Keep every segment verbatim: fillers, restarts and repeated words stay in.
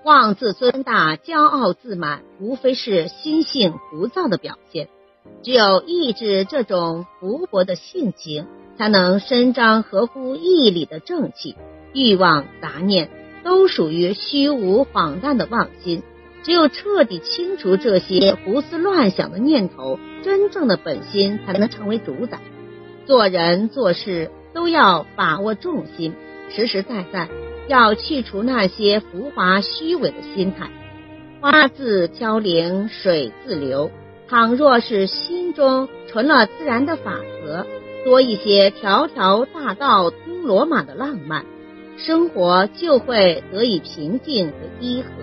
妄自尊大、骄傲自满，无非是心性浮躁的表现。只有抑制这种勃勃的性情，才能伸张合乎义理的正气。欲望、杂念都属于虚无荒诞的妄心，只有彻底清除这些胡思乱想的念头，真正的本心才能成为主宰。做人做事都要把握重心，实实在在要去除那些浮华虚伪的心态。花自飘零，水自流，倘若是心中存了自然的法则，多一些条条大道通罗马的浪漫，生活就会得以平静和依和。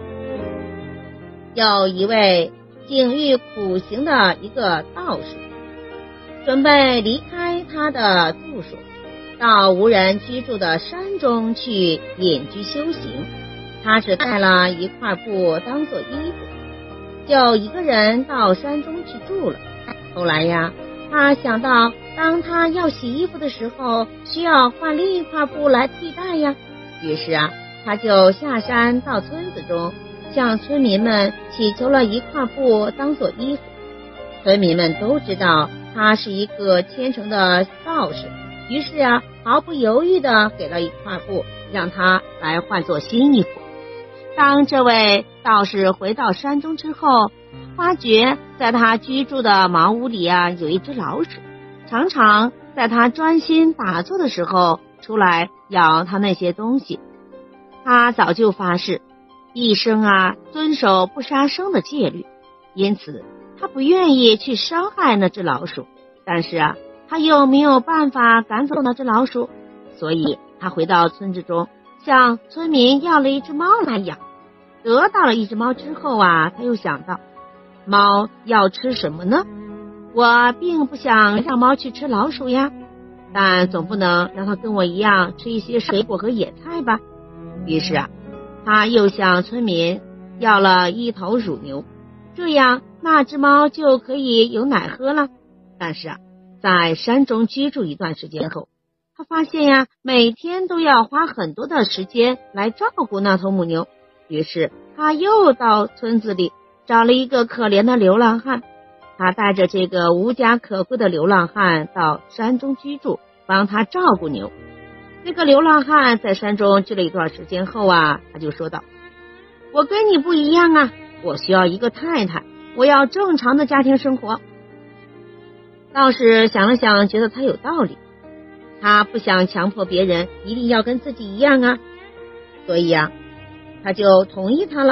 有一位境遇苦行的一个道士，准备离开他的住所，到无人居住的山中去隐居修行。他只带了一块布当做衣服，就一个人到山中去住了。后来呀，他想到当他要洗衣服的时候，需要换另一块布来替代呀。于是啊，他就下山到村子中，向村民们祈求了一块布当做衣服。村民们都知道他是一个虔诚的道士，于是啊，毫不犹豫地给了一块布，让他来换做新衣服。当这位道士回到山中之后，发觉在他居住的茅屋里啊，有一只老鼠，常常在他专心打坐的时候出来咬他那些东西。他早就发誓一生啊遵守不杀生的戒律，因此他不愿意去伤害那只老鼠。但是啊，他又没有办法赶走那只老鼠，所以他回到村子中，向村民要了一只猫来养。得到了一只猫之后啊，他又想到，猫要吃什么呢？我并不想让猫去吃老鼠呀，但总不能让它跟我一样吃一些水果和野菜吧。于是啊，他又向村民要了一头乳牛，这样那只猫就可以有奶喝了。但是啊，在山中居住一段时间后，他发现呀，每天都要花很多的时间来照顾那头母牛。于是他又到村子里找了一个可怜的流浪汉，他带着这个无家可归的流浪汉到山中居住，帮他照顾牛。这个流浪汉在山中居了一段时间后啊，他就说道，我跟你不一样啊，我需要一个太太，我要正常的家庭生活。道士想了想，觉得他有道理，他不想强迫别人一定要跟自己一样啊，所以啊，他就同意他了。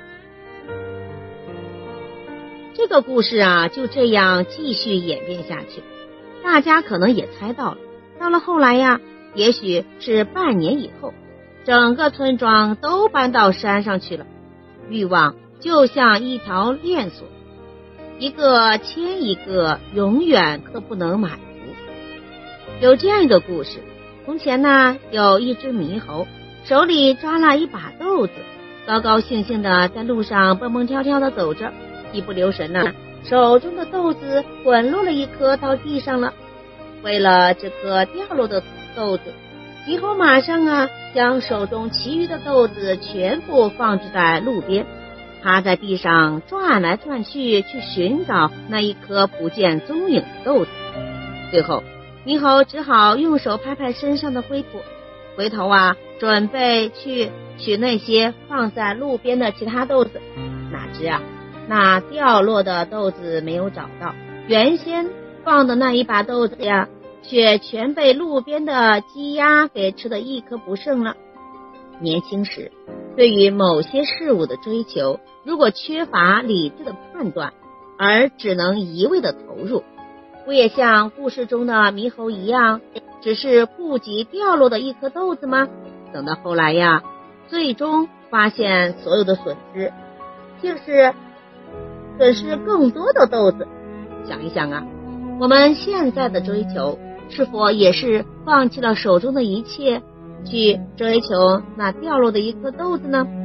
这个故事啊，就这样继续演变下去。大家可能也猜到了，到了后来呀，也许是半年以后，整个村庄都搬到山上去了。欲望就像一条链锁，一个牵一个，永远都不能满足。有这样一个故事，从前呢，有一只猕猴，手里抓了一把豆子，高高兴兴的在路上蹦蹦跳跳的走着，一不留神呢、啊，手中的豆子滚落了一颗到地上了。为了这颗掉落的豆子，猕猴马上啊将手中其余的豆子全部放置在路边，他在地上转来转去，去寻找那一颗不见踪影的豆子。最后猕猴只好用手拍拍身上的灰土，回头啊准备去取那些放在路边的其他豆子，哪知啊那掉落的豆子没有找到，原先放的那一把豆子呀，却全被路边的鸡鸭给吃得一颗不剩了。年轻时对于某些事物的追求，如果缺乏理智的判断，而只能一味的投入，不也像故事中的猕猴一样，只是顾及掉落的一颗豆子吗？等到后来呀，最终发现所有的损失竟是损失更多的豆子。想一想啊，我们现在的追求是否也是放弃了手中的一切，去追求那掉落的一颗豆子呢？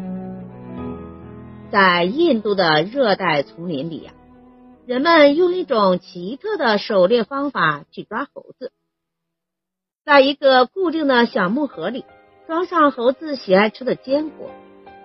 在印度的热带丛林里啊，人们用一种奇特的狩猎方法去抓猴子。在一个固定的小木盒里，装上猴子喜爱吃的坚果，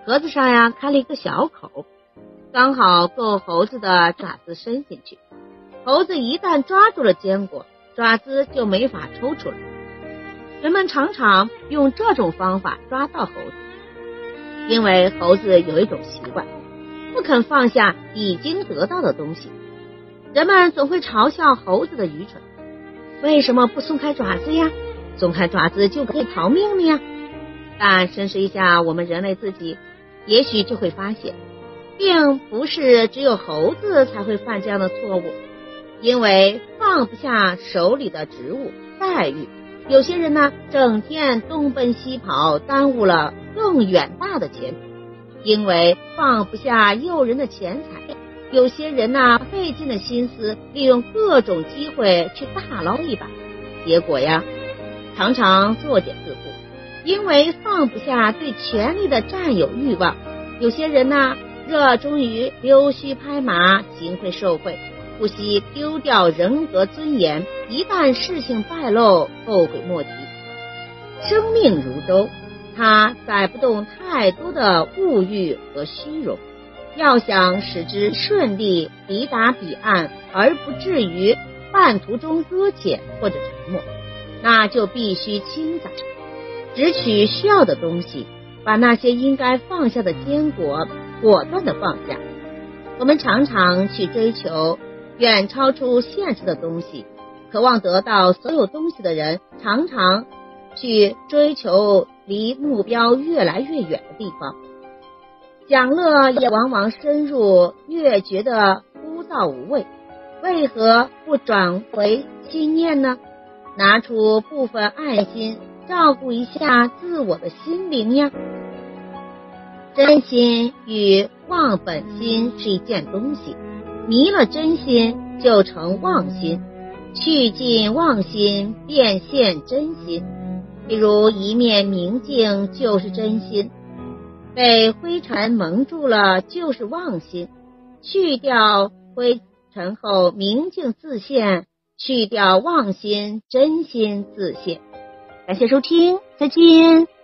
盒子上呀开了一个小口，刚好够猴子的爪子伸进去。猴子一旦抓住了坚果，爪子就没法抽出来。人们常常用这种方法抓到猴子，因为猴子有一种习惯，不肯放下已经得到的东西。人们总会嘲笑猴子的愚蠢，为什么不松开爪子呀？松开爪子就可以逃命了呀。但深思一下我们人类自己，也许就会发现，并不是只有猴子才会犯这样的错误。因为放不下手里的职务待遇，有些人呢整天东奔西跑，耽误了更远大的前途。因为放不下诱人的钱财，有些人呢费尽了心思，利用各种机会去大捞一把，结果呀常常作茧自缚。因为放不下对权力的占有欲望，有些人呢热衷于溜须拍马，行贿受贿，不惜丢掉人格尊严，一旦事情败露，后悔莫及。生命如舟，它载不动太多的物欲和虚荣，要想使之顺利抵达彼岸，而不至于半途中搁浅或者沉没，那就必须清早只取需要的东西，把那些应该放下的坚果果断地放下。我们常常去追求远超出现实的东西，渴望得到所有东西的人常常去追求离目标越来越远的地方，享乐也往往深入，越觉得枯燥无味。为何不转回心念呢？拿出部分爱心，照顾一下自我的心灵呀。真心与忘本心是一件东西，迷了真心就成妄心，去尽妄心便现真心。比如一面明镜就是真心，被灰尘蒙住了就是妄心，去掉灰尘后明镜自现，去掉妄心真心自现。感谢收听，再见。